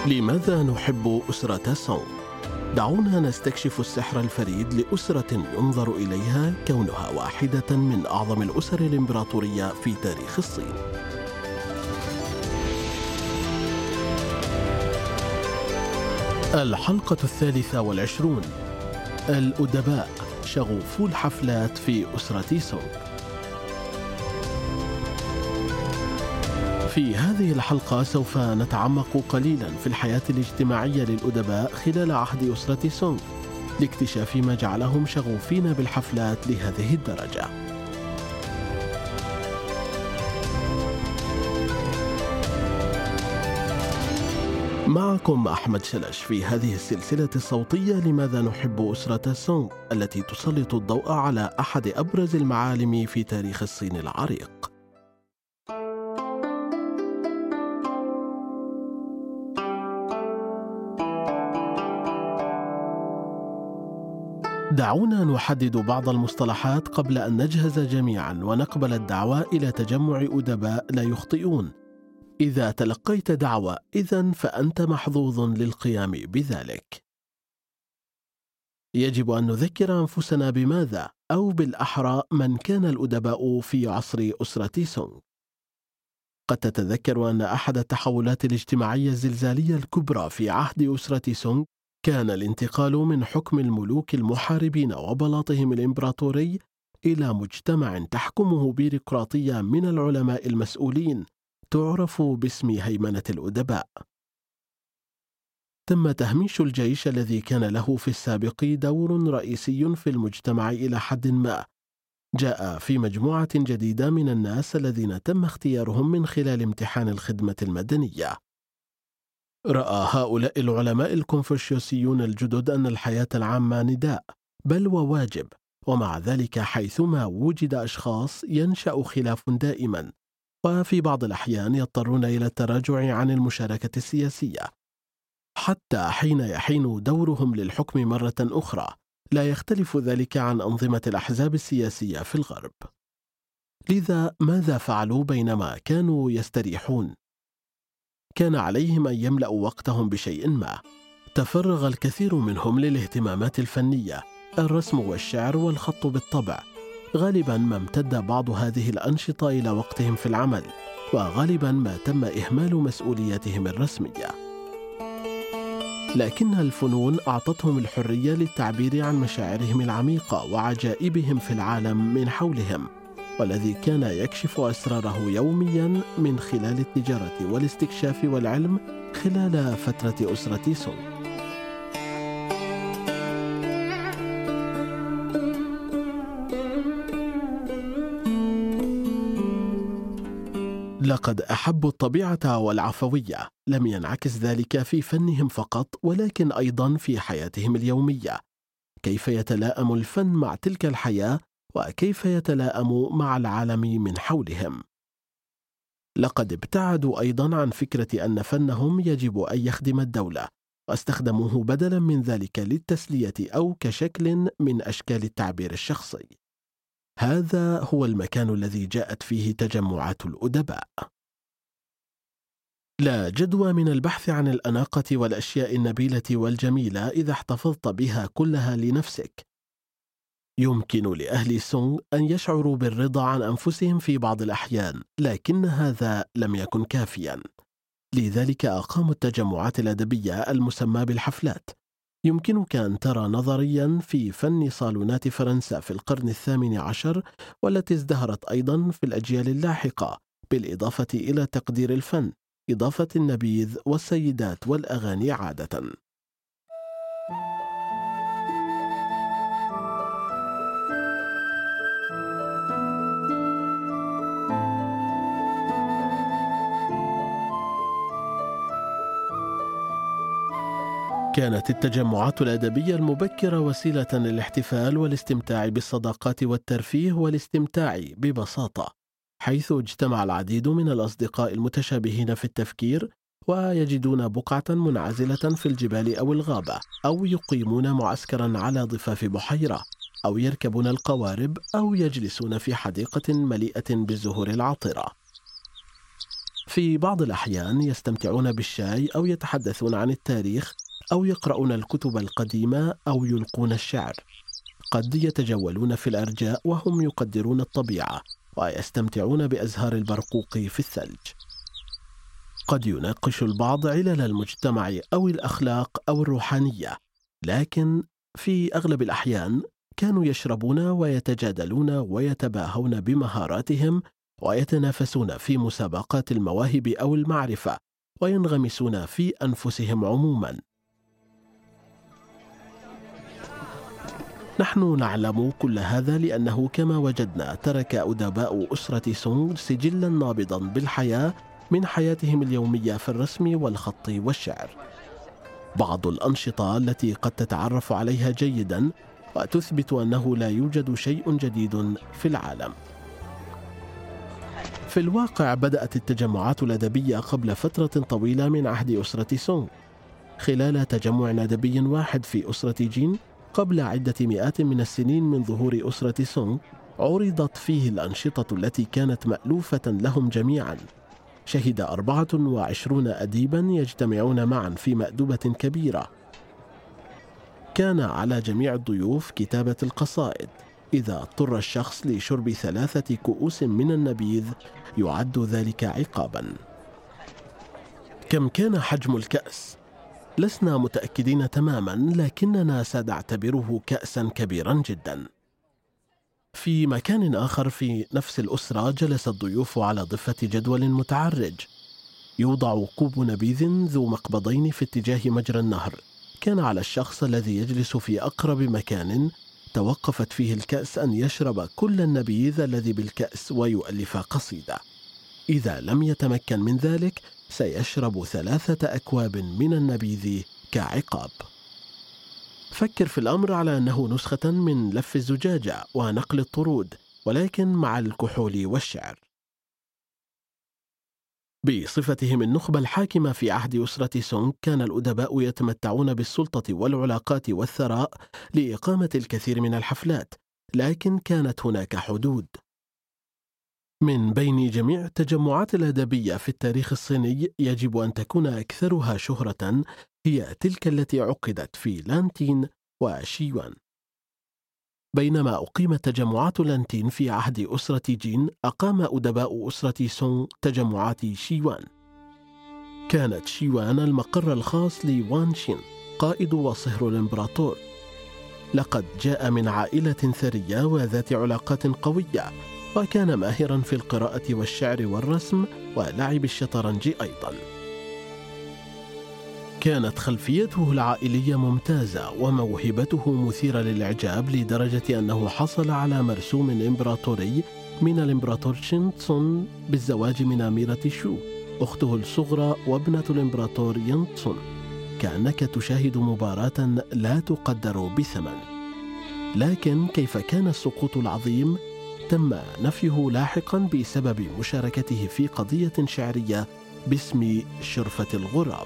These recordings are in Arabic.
لماذا نحب أسرة سونغ؟ دعونا نستكشف السحر الفريد لأسرة ينظر إليها كونها واحدة من أعظم الأسر الإمبراطورية في تاريخ الصين. الحلقة 23: الأدباء شغوفو الحفلات في أسرة سونغ. في هذه الحلقة سوف نتعمق قليلا في الحياة الاجتماعية للأدباء خلال عهد أسرة سونغ لاكتشاف ما جعلهم شغوفين بالحفلات لهذه الدرجة. معكم أحمد شلش في هذه السلسلة الصوتية لماذا نحب أسرة سونغ، التي تسلط الضوء على أحد أبرز المعالم في تاريخ الصين العريق. دعونا نحدد بعض المصطلحات قبل أن نجهز جميعا ونقبل الدعوة إلى تجمع أدباء لا يخطئون. إذا تلقيت دعوة إذن فأنت محظوظ للقيام بذلك. يجب أن نذكر أنفسنا بماذا، أو بالأحرى من كان الأدباء في عصر أسرة سونغ. قد تتذكر أن أحد التحولات الاجتماعية الزلزالية الكبرى في عهد أسرة سونغ كان الانتقال من حكم الملوك المحاربين وبلاطهم الإمبراطوري إلى مجتمع تحكمه بيروقراطية من العلماء المسؤولين تعرف باسم هيمنة الأدباء. تم تهميش الجيش الذي كان له في السابق دور رئيسي في المجتمع إلى حد ما. جاء في مجموعة جديدة من الناس الذين تم اختيارهم من خلال امتحان الخدمة المدنية. رأى هؤلاء العلماء الكونفوشيوسيون الجدد أن الحياة العامة نداء بل وواجب، ومع ذلك حيثما وجد أشخاص ينشأ خلاف دائما، وفي بعض الأحيان يضطرون إلى التراجع عن المشاركة السياسية حتى حين يحين دورهم للحكم مرة أخرى. لا يختلف ذلك عن أنظمة الأحزاب السياسية في الغرب. لذا ماذا فعلوا بينما كانوا يستريحون؟ كان عليهم أن يملأوا وقتهم بشيء ما. تفرغ الكثير منهم للاهتمامات الفنية، الرسم والشعر والخط بالطبع. غالبا ما امتد بعض هذه الأنشطة إلى وقتهم في العمل، وغالبا ما تم إهمال مسؤولياتهم الرسمية. لكن الفنون أعطتهم الحرية للتعبير عن مشاعرهم العميقة وعجائبهم في العالم من حولهم، والذي كان يكشف أسراره يوميا من خلال التجارة والاستكشاف والعلم خلال فترة أسرة سونغ. لقد أحبوا الطبيعة والعفوية. لم ينعكس ذلك في فنهم فقط، ولكن أيضا في حياتهم اليومية. كيف يتلائم الفن مع تلك الحياة، وكيف يتلائم مع العالم من حولهم. لقد ابتعدوا أيضا عن فكرة أن فنهم يجب أن يخدم الدولة، واستخدموه بدلا من ذلك للتسلية أو كشكل من أشكال التعبير الشخصي. هذا هو المكان الذي جاءت فيه تجمعات الأدباء. لا جدوى من البحث عن الأناقة والأشياء النبيلة والجميلة إذا احتفظت بها كلها لنفسك. يمكن لأهل سونغ أن يشعروا بالرضا عن أنفسهم في بعض الأحيان، لكن هذا لم يكن كافيا. لذلك أقاموا التجمعات الأدبية المسمى بالحفلات. يمكنك أن ترى نظريا في فن صالونات فرنسا في القرن 18 والتي ازدهرت أيضا في الأجيال اللاحقة، بالإضافة إلى تقدير الفن، إضافة النبيذ والسيدات والأغاني عادة. كانت التجمعات الأدبية المبكرة وسيلة للاحتفال والاستمتاع بالصداقات والترفيه والاستمتاع ببساطة، حيث اجتمع العديد من الأصدقاء المتشابهين في التفكير ويجدون بقعة منعزلة في الجبال أو الغابة، أو يقيمون معسكرا على ضفاف بحيرة، أو يركبون القوارب، أو يجلسون في حديقة مليئة بالزهور العطرة. في بعض الأحيان يستمتعون بالشاي أو يتحدثون عن التاريخ أو يقرؤون الكتب القديمة أو يلقون الشعر. قد يتجولون في الأرجاء وهم يقدرون الطبيعة ويستمتعون بأزهار البرقوق في الثلج. قد يناقش البعض علل المجتمع أو الأخلاق أو الروحانية، لكن في أغلب الأحيان كانوا يشربون ويتجادلون ويتباهون بمهاراتهم ويتنافسون في مسابقات المواهب أو المعرفة وينغمسون في أنفسهم عموما. نحن نعلم كل هذا لأنه كما وجدنا ترك أدباء أسرة سونغ سجلا نابضا بالحياة من حياتهم اليومية في الرسم والخط والشعر. بعض الأنشطة التي قد تتعرف عليها جيدا وتثبت أنه لا يوجد شيء جديد في العالم. في الواقع بدأت التجمعات الأدبية قبل فترة طويلة من عهد أسرة سونغ. خلال تجمع أدبي واحد في أسرة جين قبل عدة مئات من السنين من ظهور أسرة سونغ، عرضت فيه الأنشطة التي كانت مألوفة لهم جميعا. شهد 24 أديبا يجتمعون معا في مأدبة كبيرة. كان على جميع الضيوف كتابة القصائد. إذا اضطر الشخص لشرب 3 كؤوس من النبيذ يعد ذلك عقابا. كم كان حجم الكأس؟ لسنا متأكدين تماما، لكننا سنعتبره كأسا كبيرا جدا. في مكان آخر في نفس الأسرة جلس الضيوف على ضفة جدول متعرج. يوضع كوب نبيذ ذو مقبضين في اتجاه مجرى النهر. كان على الشخص الذي يجلس في أقرب مكان توقفت فيه الكأس أن يشرب كل النبيذ الذي بالكأس ويؤلف قصيدة. إذا لم يتمكن من ذلك سيشرب 3 أكواب من النبيذ كعقاب. فكر في الأمر على أنه نسخة من لف الزجاجة ونقل الطرود، ولكن مع الكحول والشعر. بصفتهم النخبة الحاكمة في عهد أسرة سونغ، كان الأدباء يتمتعون بالسلطة والعلاقات والثراء لإقامة الكثير من الحفلات، لكن كانت هناك حدود. من بين جميع التجمعات الأدبية في التاريخ الصيني يجب أن تكون أكثرها شهرة هي تلك التي عقدت في لانتين وشيوان. بينما أقيمت تجمعات لانتين في عهد أسرة جين، أقام أدباء أسرة سونغ تجمعات شيوان. كانت شيوان المقر الخاص لوان شين، قائد وصهر الإمبراطور. لقد جاء من عائلة ثرية وذات علاقات قوية، وكان ماهرا في القراءة والشعر والرسم ولعب الشطرنج أيضا. كانت خلفيته العائلية ممتازة وموهبته مثيرة للإعجاب لدرجة أنه حصل على مرسوم إمبراطوري من الإمبراطور شينتسون بالزواج من أميرة شو، أخته الصغرى وابنة الإمبراطور ينتسون. كأنك تشاهد مباراة لا تقدر بثمن. لكن كيف كان السقوط العظيم؟ تم نفيه لاحقا بسبب مشاركته في قضية شعرية باسم شرفة الغراب.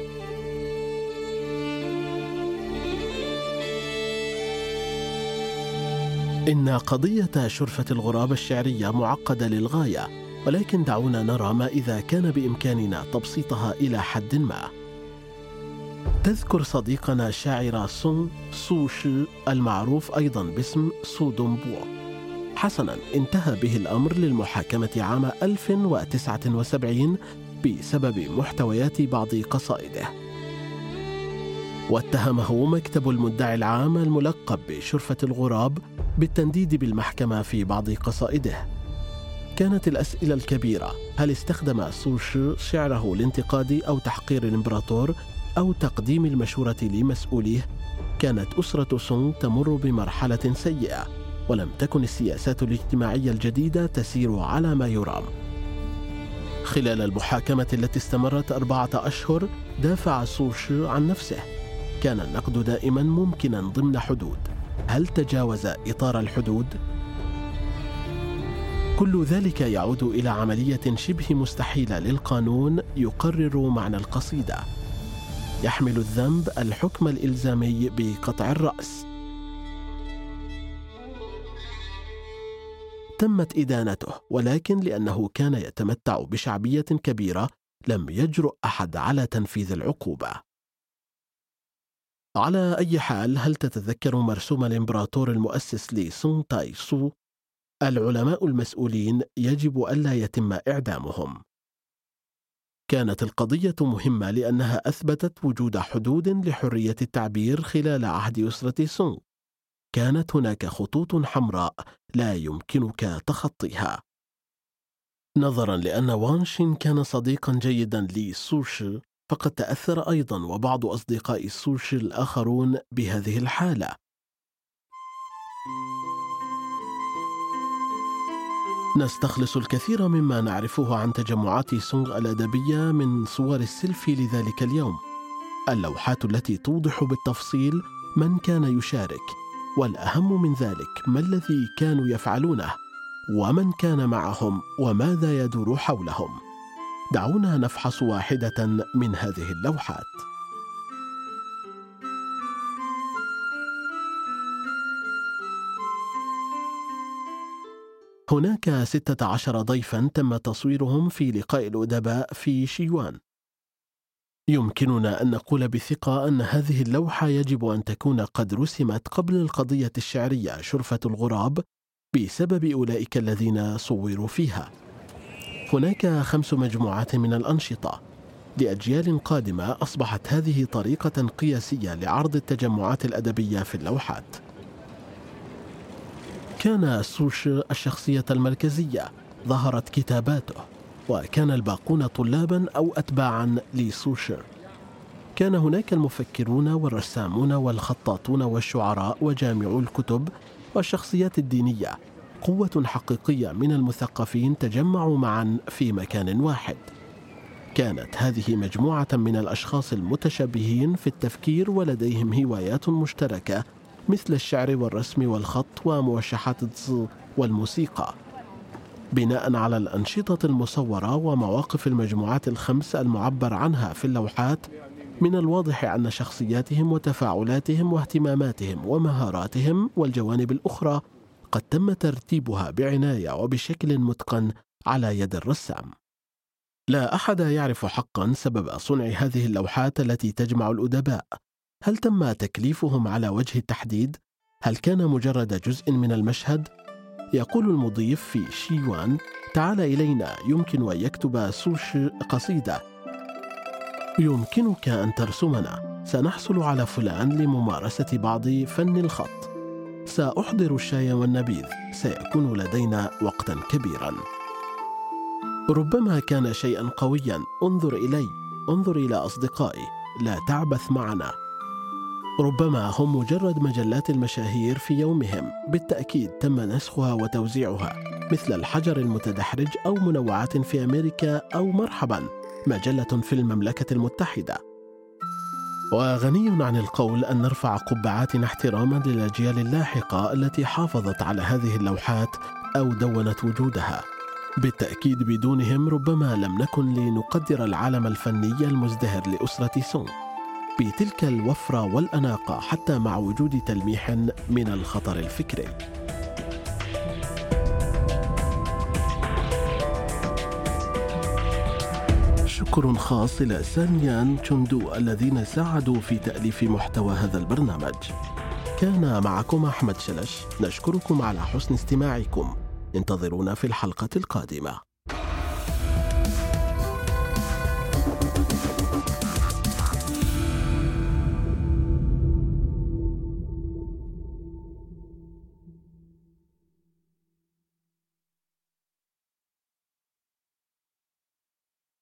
إن قضية شرفة الغراب الشعرية معقدة للغاية، ولكن دعونا نرى ما إذا كان بإمكاننا تبسيطها إلى حد ما. تذكر صديقنا الشاعر سونغ سو شي المعروف أيضا باسم سو دونبو. حسنا، انتهى به الأمر للمحاكمة عام 1079 بسبب محتويات بعض قصائده. واتهمه مكتب المدعي العام الملقب بشرفة الغراب بالتنديد بالمحكمة في بعض قصائده. كانت الأسئلة الكبيرة: هل استخدم سو شي شعره لانتقاد أو تحقير الإمبراطور أو تقديم المشورة لمسؤوليه؟ كانت أسرة سونغ تمر بمرحلة سيئة، ولم تكن السياسات الاجتماعية الجديدة تسير على ما يرام. خلال المحاكمة التي استمرت 4 أشهر دافع سو شي عن نفسه. كان النقد دائما ممكنا ضمن حدود. هل تجاوز إطار الحدود؟ كل ذلك يعود إلى عملية شبه مستحيلة للقانون يقرر معنى القصيدة. يحمل الذنب الحكم الإلزامي بقطع الرأس. تمت إدانته، ولكن لأنه كان يتمتع بشعبية كبيرة لم يجرؤ أحد على تنفيذ العقوبة. على أي حال، هل تتذكر مرسوم الإمبراطور المؤسس لي سونغ تاي سو؟ العلماء المسؤولين يجب ألا يتم إعدامهم. كانت القضية مهمة لأنها أثبتت وجود حدود لحرية التعبير خلال عهد أسرة سونغ. كانت هناك خطوط حمراء لا يمكنك تخطيها. نظرا لأن وان شين كان صديقا جيدا لسوشي، فقد تأثر أيضا وبعض أصدقاء سوشي الآخرون بهذه الحالة. نستخلص الكثير مما نعرفه عن تجمعات سونغ الأدبية من صور السيلفي لذلك اليوم، اللوحات التي توضح بالتفصيل من كان يشارك، والأهم من ذلك ما الذي كانوا يفعلونه ومن كان معهم وماذا يدور حولهم. دعونا نفحص واحدة من هذه اللوحات. هناك 16 ضيفا تم تصويرهم في لقاء الأدباء في شيوان. يمكننا أن نقول بثقة أن هذه اللوحة يجب أن تكون قد رسمت قبل القضية الشعرية شرفة الغراب بسبب أولئك الذين صوروا فيها. هناك 5 مجموعات من الأنشطة. لأجيال قادمة أصبحت هذه طريقة قياسية لعرض التجمعات الأدبية في اللوحات. كان سوشي الشخصية المركزية، ظهرت كتاباته، وكان الباقون طلابا أو أتباعا لسوشي. كان هناك المفكرون والرسامون والخطاطون والشعراء وجامعو الكتب والشخصيات الدينية. قوة حقيقية من المثقفين تجمعوا معا في مكان واحد. كانت هذه مجموعة من الأشخاص المتشابهين في التفكير ولديهم هوايات مشتركة مثل الشعر والرسم والخط وموشحات الظل والموسيقى. بناء على الأنشطة المصورة ومواقف المجموعات ال5 المعبر عنها في اللوحات، من الواضح أن شخصياتهم وتفاعلاتهم واهتماماتهم ومهاراتهم والجوانب الأخرى قد تم ترتيبها بعناية وبشكل متقن على يد الرسام. لا أحد يعرف حقا سبب صنع هذه اللوحات التي تجمع الأدباء. هل تم تكليفهم على وجه التحديد؟ هل كان مجرد جزء من المشهد؟ يقول المضيف في شيوان: تعال إلينا، يمكن أن يكتب سوشي قصيدة، يمكنك أن ترسمنا، سنحصل على فلان لممارسة بعض فن الخط، سأحضر الشاي والنبيذ، سيكون لدينا وقتا كبيرا. ربما كان شيئا قويا: انظر إلي، انظر إلى أصدقائي، لا تعبث معنا. ربما هم مجرد مجلات المشاهير في يومهم، بالتأكيد تم نسخها وتوزيعها، مثل الحجر المتدحرج أو منوعات في أمريكا أو مرحبا مجلة في المملكة المتحدة. وغني عن القول أن نرفع قبعاتنا احتراما للأجيال اللاحقة التي حافظت على هذه اللوحات أو دونت وجودها. بالتأكيد بدونهم ربما لم نكن لنقدر العالم الفني المزدهر لأسرة سونغ بتلك الوفرة والأناقة، حتى مع وجود تلميح من الخطر الفكري. شكر خاص إلى سانيان تشوندو الذين ساعدوا في تأليف محتوى هذا البرنامج. كان معكم أحمد شلش، نشكركم على حسن استماعكم. انتظرونا في الحلقة القادمة.